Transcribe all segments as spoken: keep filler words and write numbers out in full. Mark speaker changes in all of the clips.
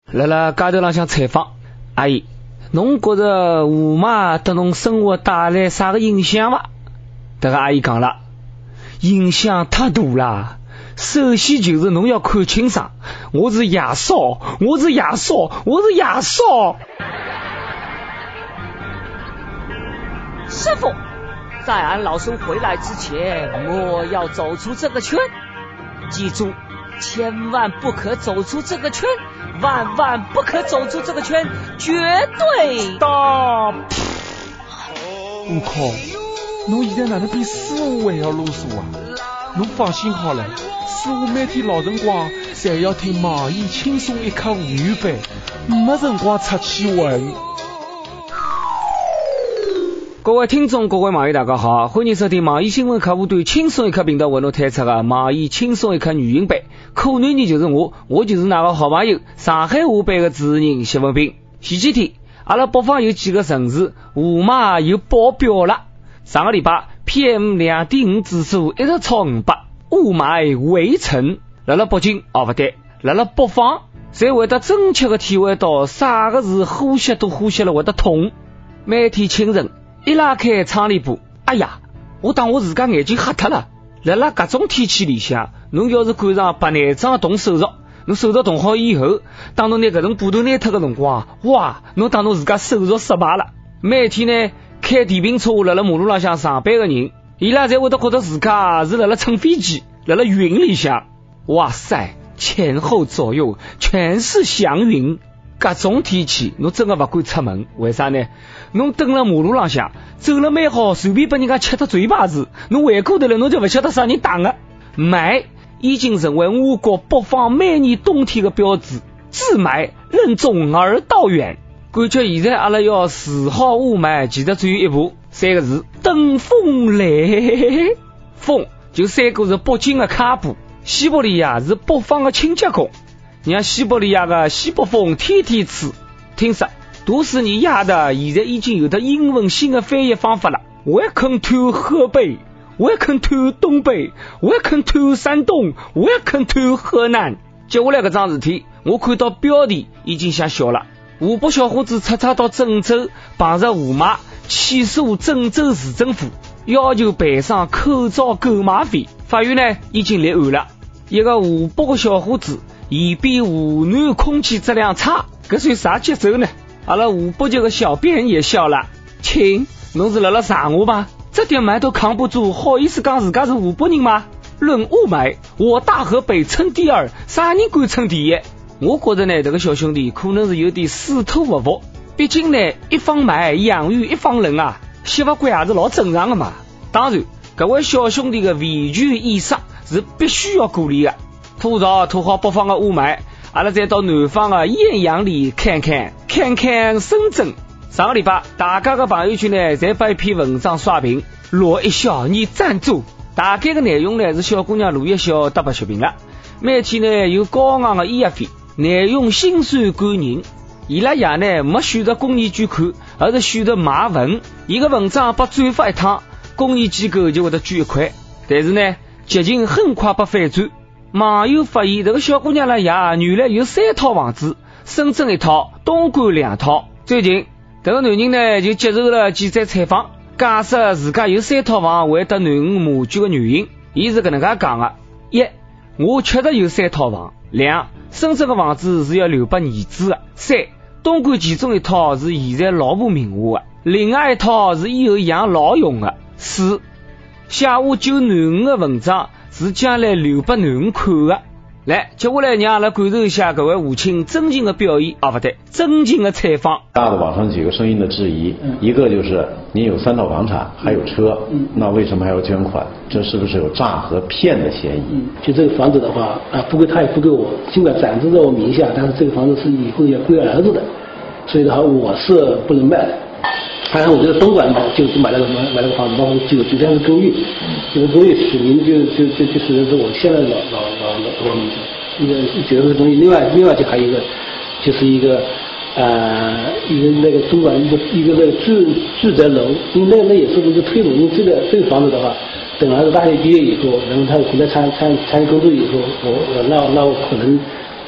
Speaker 1: 辣辣街头浪向采访，阿姨，侬觉着雾霾对侬生活带来啥个影响伐？迭个阿姨讲了，影响太大啦。首先就是侬要看清爽，我是爷嫂，我是爷嫂，我是爷嫂。
Speaker 2: 师傅，在俺老孙回来之前，莫要走出这个圈。记住，千万不可走出这个圈，万万不可走出这个圈，绝对
Speaker 1: 大。
Speaker 3: 我靠，侬现在哪能比师傅还要啰嗦啊？侬放心好了，师傅每天老辰光侪要听网易轻松一刻沪语版，没辰光出去玩。
Speaker 1: 各位听众，各位网友大家好，欢迎收听网易新闻客户端轻松一刻频道为侬推出的网易轻松一刻语音版。可男人就是我，我就是那个好朋友上海话版的主持人谢文斌。前几天阿拉北方有几个城市雾霾又爆表了，上个礼拜 P M 二点五 指数一直超五百，雾霾围城。辣辣北京哦不对，辣辣北方才会得真切的体会到啥个是呼吸都呼吸了会得痛。每天清晨一拉开窗帘布，哎呀，我当我自家眼睛瞎脱了。辣辣搿种天气里向，侬要是赶上白内障动手术，侬手术动好以后，当侬拿搿种布头拿脱个辰光，哇，侬当侬自家手术失败了。每天呢，开电瓶车辣辣马路浪向上班个人，伊拉侪会得觉得自家是辣辣乘飞机，辣辣云里向。哇塞，前后左右全是祥云。搿种天气侬真的勿敢出门，为啥呢？侬蹲辣马路浪向走了蛮好，随便被人家吃得嘴巴子，侬回过头来侬就勿晓得啥人打的。霾已经成为我国北方每年冬天的标志，治霾任重而道远。感觉现在阿拉要治好雾霾，其实只有一步，三个字：等风来。风就三个是北京的卡布，西伯利亚是北方的清洁工。让西伯利亚的西北风天天吹，听说都市你丫的现在已经有的英文新的翻译方法了。Welcome to 河北 ，Welcome to 东北 ，Welcome to 山东 ，Welcome to 河南。接下来搿桩事体，我看到标题已经想笑了。湖北小伙子出差到郑州，碰着雾霾，起诉郑州市政府，要求赔偿口罩购买费。法院呢已经立案了，一个湖北的小伙子嫌比湖南空气质量差，搿算啥节奏呢？阿拉湖北籍的小编也笑了，亲，侬是辣辣查我吗？这点霾都扛不住，好意思讲自家是湖北人吗？论雾霾，我大河北称第二，啥人敢称第一？我觉得呢，这个小兄弟可能是有点水土不服，毕竟呢，一方霾养育一方人啊，习不惯也是老正常的嘛。当然，各位小兄弟的维权意识是必须要鼓励的。吐槽吐好北方的雾霾，阿拉再到南方的艳阳里看看看看深圳。上个礼拜大家的朋友圈呢侪把一篇文章刷屏，罗一笑你赞助。大概的内容呢是小姑娘罗一笑搭白血病了，每天呢有高昂的医药费，内容心酸感人。伊拉爷呢没选择公益捐款，而是选择买文。一个文章被转发一趟，公益机构就会得捐一块，但是呢剧情很快被反转。网友发现这个小姑娘的爷原来有三套房子，深圳一套，东莞两套。最近这个男人呢就接受了记者采访，解释自家有三套房会得囡恩马居的原因。伊是搿能介讲的：一，我确实有三套房；两，深圳的房子是要留给儿子的；三，东莞其中一套是现在老婆名下的，另外一套是以后养老用的；四，写下救囡恩的文章是将来留给囡恩看的。来，接下来让阿拉感受一下各位父亲真情的表演啊，不对，真情的采访。
Speaker 4: 大的网上几个声音的质疑，嗯、一个就是您有三套房产，还有车，嗯、那为什么还要捐款？这是不是有诈和骗的嫌疑？
Speaker 5: 嗯，就这个房子的话，啊，不归他也不归我，尽管暂时在我名下，但是这个房子是以后要归儿子的，所以的话我是不能卖的。反正我觉得东莞就就买了个买了个房子，包括就就像是公寓，这个公寓取名就就就就是是我现在的老老老老老名字，一个觉得这个东西。另外另外就还有一个就是一个呃一个那个东莞一个一个那个住住宅楼，因为那那也是一个推动，因为这个这个房子的话，等儿子大学毕业以后，然后他回来参参参加工作以后，我我那那我可能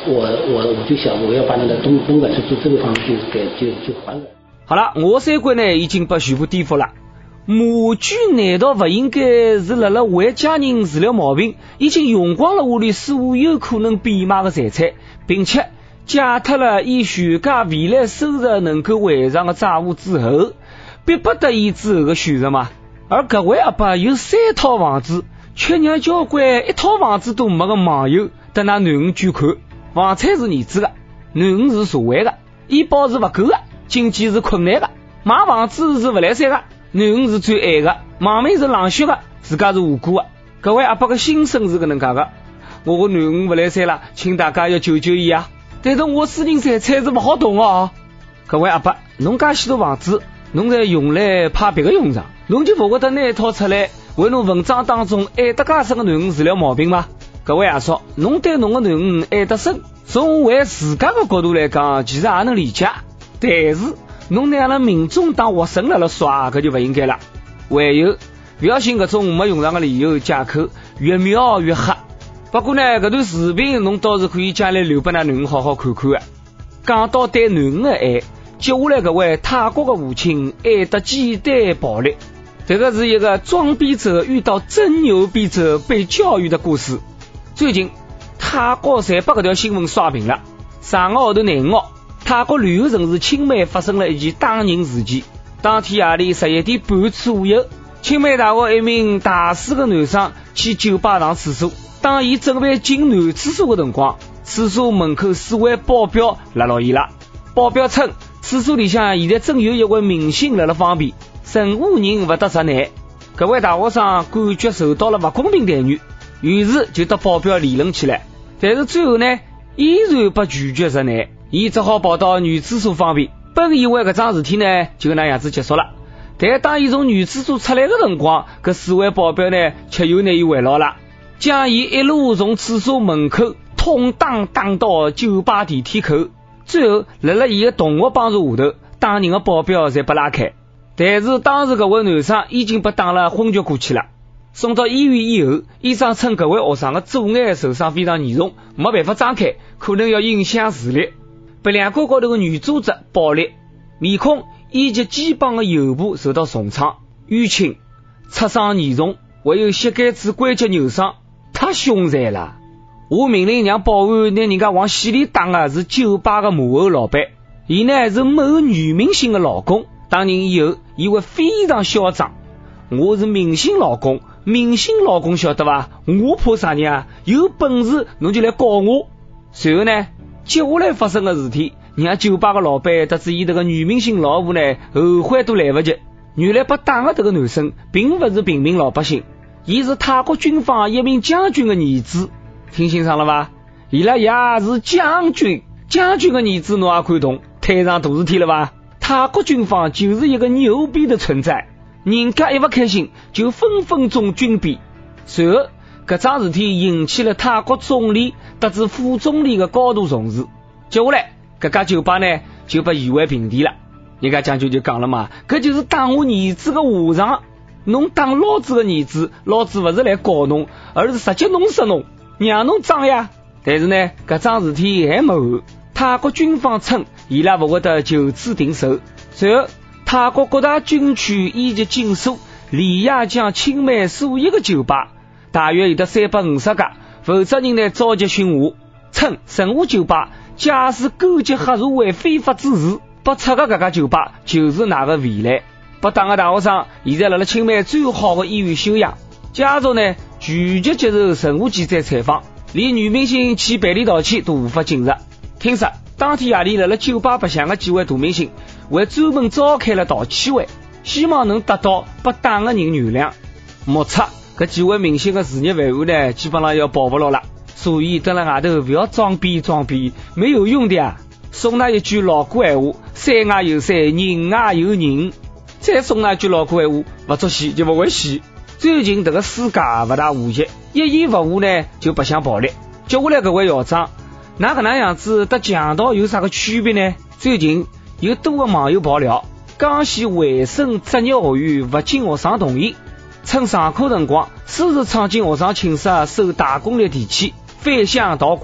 Speaker 5: 我我我就想我要把那个东东莞出租这个房子就给就就还了。
Speaker 1: 好了，我三观呢已经被全部颠覆了。马驹难道不应该是辣辣为家人治疗毛病，已经用光了屋里所有可能变卖的财产，并且借脱了以全家未来收入能够还上的债务之后，逼不得已之后的选择吗？而各位阿伯有三套房子，却让交关一套房子都没的网友得那囡恩捐款。房产是儿子的，囡恩是社会的，医保是不够的，经济是困难的，买房子是不来三的，囡恩是最爱的，亡命是冷血的，自家是无辜的。各位阿伯的心声是个能介的，我的囡恩不来三了，请大家要救救伊啊！但是我私人财产是不好动啊！各位阿伯，侬介许多房子，侬在用来派别个用场，侬就不会得拿一套出来为侬文章当中爱得介深的囡恩治疗毛病吗？各位阿叔，侬对侬的囡恩爱得深，从为自家的角度来讲，其实也能理解。但是侬拿阿拉民众当活生辣辣耍，搿就不应该了。还有，不要信搿种没用上的理由借口，越描越黑。不过呢，搿段视频侬倒是可以将来留拨㑚囡恩好好看看的。讲到对囡恩的爱，接下来搿位泰国的父亲爱得简单暴力，这个是一个装逼者遇到真牛逼者被教育的故事。最近泰国才把搿条新闻刷屏了。上个号头廿五号，泰国旅游城市清迈发生了一件打人事件。当天夜里十一点半左右，清迈大学一名大四的男生去酒吧上厕所，当伊准备进男厕所的辰光，厕所门口四位保镖拉牢伊了。保镖称厕所里向现在正有一位明星辣辣方便，任何人不得入内。搿位大学生感觉受到了不公平待遇，于是就和保镖理论起来，但是最后呢依然被拒绝入内，伊只好跑到女厕所方便。本以为搿桩事体呢就那样子结束了，但当伊从女厕所出来的辰光，搿四位保镖呢却又拿伊围牢了，将伊一路从厕所门口痛打打到酒吧电梯口，最后辣辣伊的同学帮助下头，打人的保镖才被拉开。但是当时搿位男生已经被打了昏厥过去了。送到医院以后，医生称搿位学生的左眼受伤非常严重，没办法张开，可能要影响视力。鼻梁骨高头的软组织爆裂，面孔以及肩膀的右部受到重创，淤青、擦伤严重，还有膝盖子关节扭伤，太凶残了。我命令让保安拿人家往死里打的是酒吧的幕后老板，伊呢是某女明星的老公。打人以后，伊会非常嚣张，我是明星老公，明星老公晓得吧？我怕啥人啊？有本事侬就来告我。随后呢，接下来发生的事体，让酒吧的老板得知伊这个女明星老婆呢，后悔都来不及。原来被打的这个男生并不是平民老百姓，伊是泰国军方一名将军的儿子。听清爽了吧？伊拉爷是将军，将军的儿子侬也看懂，摊上大事体了吧？泰国军方就是一个牛逼的存在，人家一不开心就分分钟军变。随后搿桩事体引起了泰国总理乃至副总理的高度重视。接下来搿家酒吧呢就被夷为平地了。人家将军就讲了嘛，搿就是打我儿子的下场，侬打老子的儿子，老子不是来告侬，而是直接弄死侬，让侬脏呀。但是呢搿桩事体还没完，泰国军方称伊拉不会得就此停手。随后泰国各大军区以及警署连夜将清迈所有的酒吧，大约有得三百五十家负责人呢召集训话，称任何酒吧假使勾结黑社会非法之事，不出的搿家酒吧就是哪个未来。不打的大学生现在辣辣清迈最好的医院休养，家属呢拒绝接受任何记者采访，连女明星去赔礼道歉都无法进入。听说当天夜里辣辣酒吧白相的几位大明星还专门召开了道歉会，希望能得到被打的人原谅。目测搿几位明星的事业范围呢基本上要跑不了了，所以蹲辣外头不要装逼装逼，没有用的啊。送那一句老古闲话，山外有山，人外有人。再送那一句老古闲话，不做戏就不会戏。最近这个世界不大和谐，一言不合呢就不想暴力。接下来搿位校长，那搿能样子和强盗有啥个区别呢？最近有多个网友爆料，江西卫生职业学院不经学生同意，趁上课辰光私自闯进学生寝室收大功率电器，翻箱倒柜，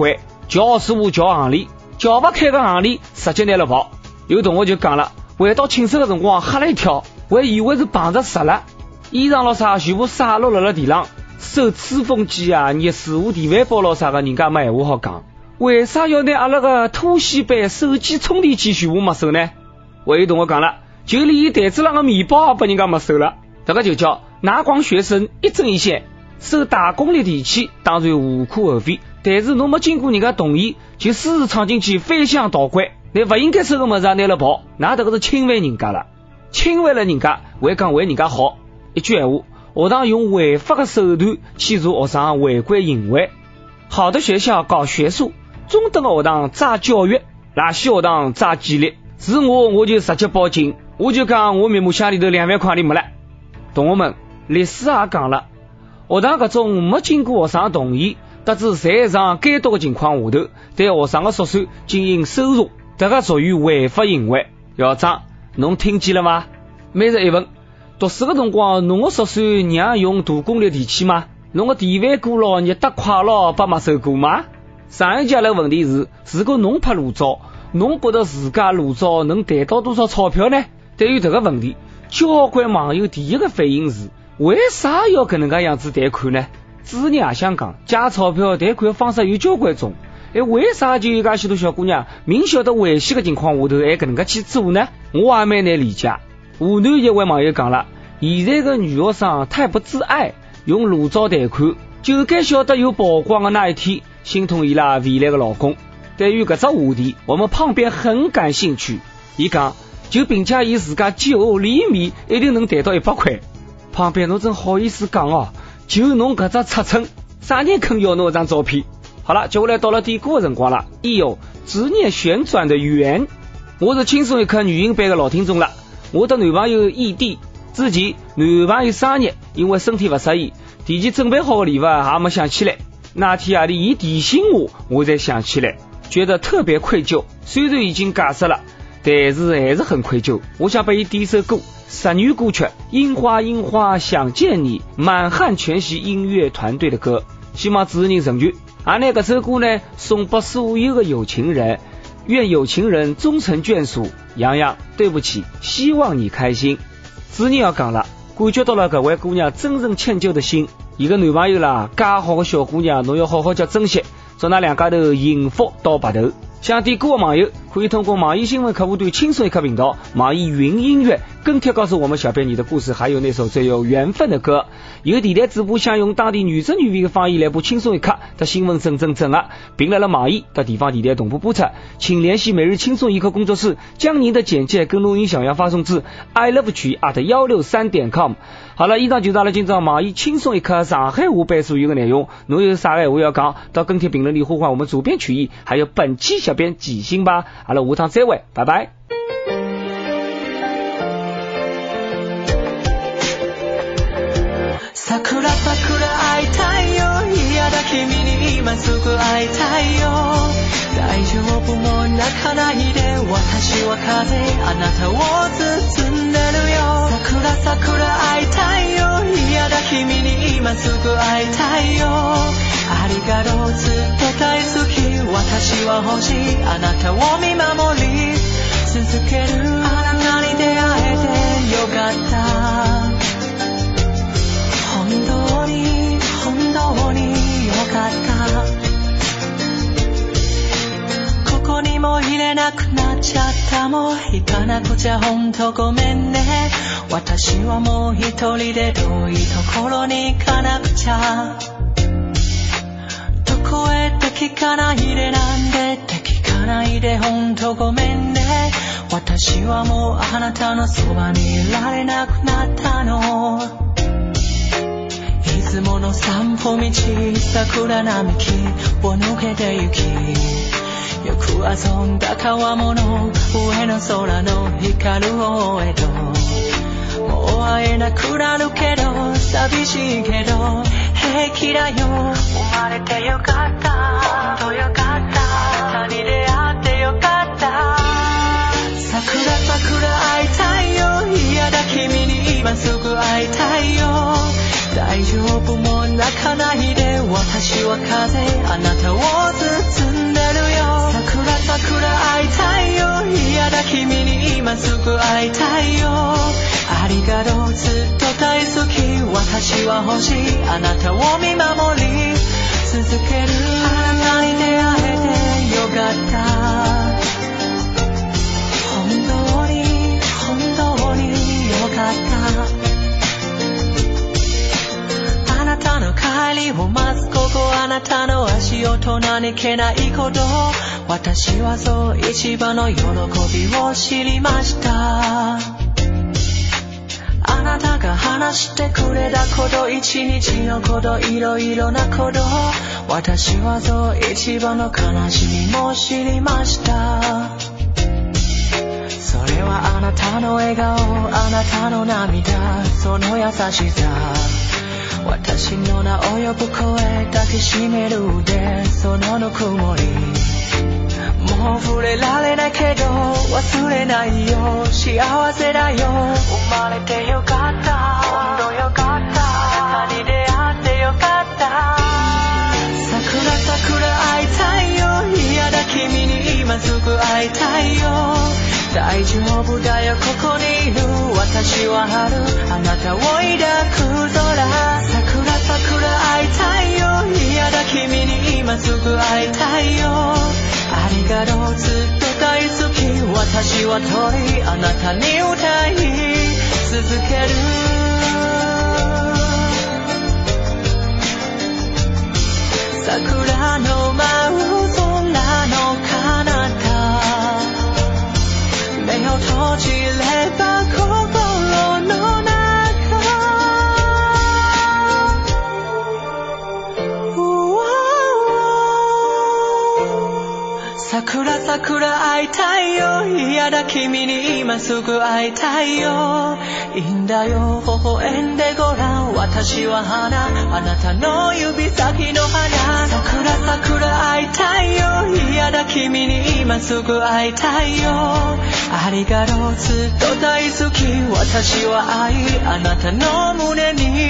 Speaker 1: 叫师傅叫行李，叫不开个行李直接拿了跑。有同学就讲了，回到寝室的辰光吓了一跳，我以为是碰着杀了，衣裳咯啥全部洒落了地上，手吹风机啊、热水壶、电饭煲咯啥个，人家没闲话好讲。为啥要拿阿拉个拖鞋板、手机充电器全部没收呢？我有同学讲了，就连台子上的面包也被人家没收了。这个就叫拿光学生一针一线，收大功率电器当然无可厚非，但是侬没经过人家同意就私自闯进去翻箱倒柜，你不应该收个么子拿了跑，那这个是侵犯人家了，侵犯了人家还讲为人家好。一句闲话，学堂用违法的手段欺助学生违规行为。好的学校搞学术，中等的学堂抓教育，垃圾学堂抓纪律。是我我就直接报警，我就讲我面膜箱里头两万块里没了。同学们，历史也讲了，学堂搿种没经过学生同意，得知在场监督的情况下头，对学生的宿舍进行搜查，这个属于违法行为。校长，侬听见了吗？每日一问，读书的辰光，侬的宿舍让用大功率电器吗？侬的电饭锅咯、热得快咯，把没收过吗？上一节的问题是，如果侬拍炉灶，侬觉得自家炉灶能赚到多少钞票呢？对于这个问题，交关网友第一个反应是，为啥要搿能介样子贷款呢？主持人也想讲，借钞票贷款方式有交关种，哎，为啥就有介许多小姑娘明晓得危险的情况下头还搿能介去做呢？我也蛮难理解。湖南一位网友讲了，现在的女学生太不自爱，用炉灶贷款，就该晓得有曝光的那一天，心痛伊拉未来的老公。对于搿只话题，我们旁边很感兴趣。伊讲，就凭借伊自家九厘米一定能赚到一百块。旁边侬真好意思讲哦，就侬搿只尺寸，啥人肯要侬张照片？好了，接下来到了点歌的辰光了。一有执念旋转的圆，我是轻松一刻女音班的老听众了。我的男朋友异地，之前男朋友生日，因为身体不适宜，提前准备好的礼物还没想起来。那天夜里伊提醒我，我才想起来，觉得特别愧疚。虽然已经解释了，但是还是很愧疚。我想给伊点一首歌，十女歌曲《樱花樱花想见你》，满汉全席音乐团队的歌，希望主持人成全。而那个首歌呢，送给所有的有情人，愿有情人终成眷属。洋洋，对不起，希望你开心。主持人要讲了，感觉到了各位姑娘真正歉疚的心。一个男朋友啦，介好的小姑娘，侬要好好叫珍惜，祝那两家头幸福到白头。想点歌的网友可以通过网易新闻客户端轻松一刻频道、网易云音乐跟帖告诉我们小编你的故事，还有那首最有缘分的歌。有电台主播想用当地原汁原味的方言来播轻松一刻的新闻整整整啊，并来了网易的地方电台同步播出，请联系每日轻松一刻工作室，将您的简介跟录音想要发送至 i love 曲 at 一六三点 com。好了，以上就是阿拉今朝网易轻松一刻上海话版所有的内容。侬有啥闲话要讲，到跟帖评论里呼唤我们主编曲艺，还有本期小编几星吧。阿拉下趟再会，拜拜。
Speaker 6: 桜桜会いたいよ嫌だ君に今すぐ会いたいよ大丈夫もう泣かないで私は風あなたを包んでるよ桜桜会いたいよ嫌だ君に今すぐ会いたいよありがとうずっと大好き私は欲しいあなたを見守り続けるあなたに出会えてよかった本当に本当によかったここにも入れなくなっちゃったもう行かなくちゃ本当ごめんね私はもう一人で遠いところに行かなくちゃどこへって聞かないでなんでって聞かないで本当ごめんね私はもうあなたのそばにいられなくなったのいつもの散歩道桜並木を抜けて行きよく遊んだ川面上の空の光る方へともう会えなくなるけど寂しいけど平気だよ生まれてよかった本当よかったあなたに出会ってよかった桜桜会いたいよ嫌だ君に今すぐ会いたいよ大丈夫もう泣かないで私私は風あなたを包んでるよ桜桜会いたいよ嫌だ君に今すぐ会いたいよありがとうずっと大好き私は欲しいあなたを見守り続けるあなたに出会えてよかった本当に本当によかったあなたの帰りを待つここあなたの足音何気ないこと私はそう一番の喜びを知りましたあなたが話してくれたこと一日のこといろいろなこと私はそう一番の悲しみも知りましたそれはあなたの笑顔あなたの涙その優しさ私の名を呼ぶ声抱きしめる腕そのぬくもりもう触れられないけど忘れないよ幸せだよ生まれてよかった本当よかったあなたに出会ってよかった桜桜会いたいよ嫌だ君に今すぐ会いたいよ大丈夫だよここにいる私は春あなたを抱く空桜桜会いたいよ嫌だ君に今すぐ会いたいよありがとうずっと大好き私は鳥あなたに歌い続ける桜の舞う空の彼方目を閉じれば心の中桜桜会いたいよ嫌だ君に今すぐ会いたいよいいんだよ微笑んでごらん私は花あなたの指先の花桜桜会いたいよ嫌だ君に今すぐ会いたいよありがとうずっと大好き私は愛あなたの胸に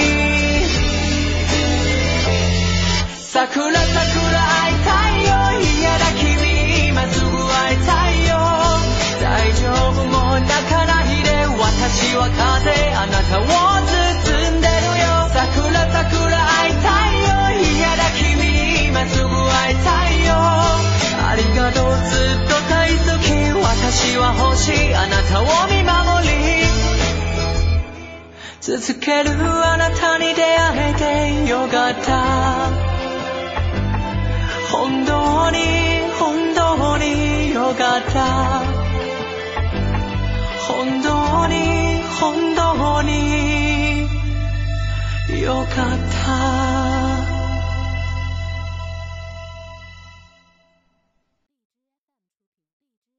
Speaker 6: 桜桜会いたいよ嫌だ君に今すぐ会いたいよ大丈夫もう泣かないで私は風あなたを包んでるよ桜桜会いたいよ嫌だ君に今すぐ会いたいよありがとうずっと大好き私は欲しいあなたを見守り続けるあなたに出会えてよかった本当に本当によかった本当に本当によかった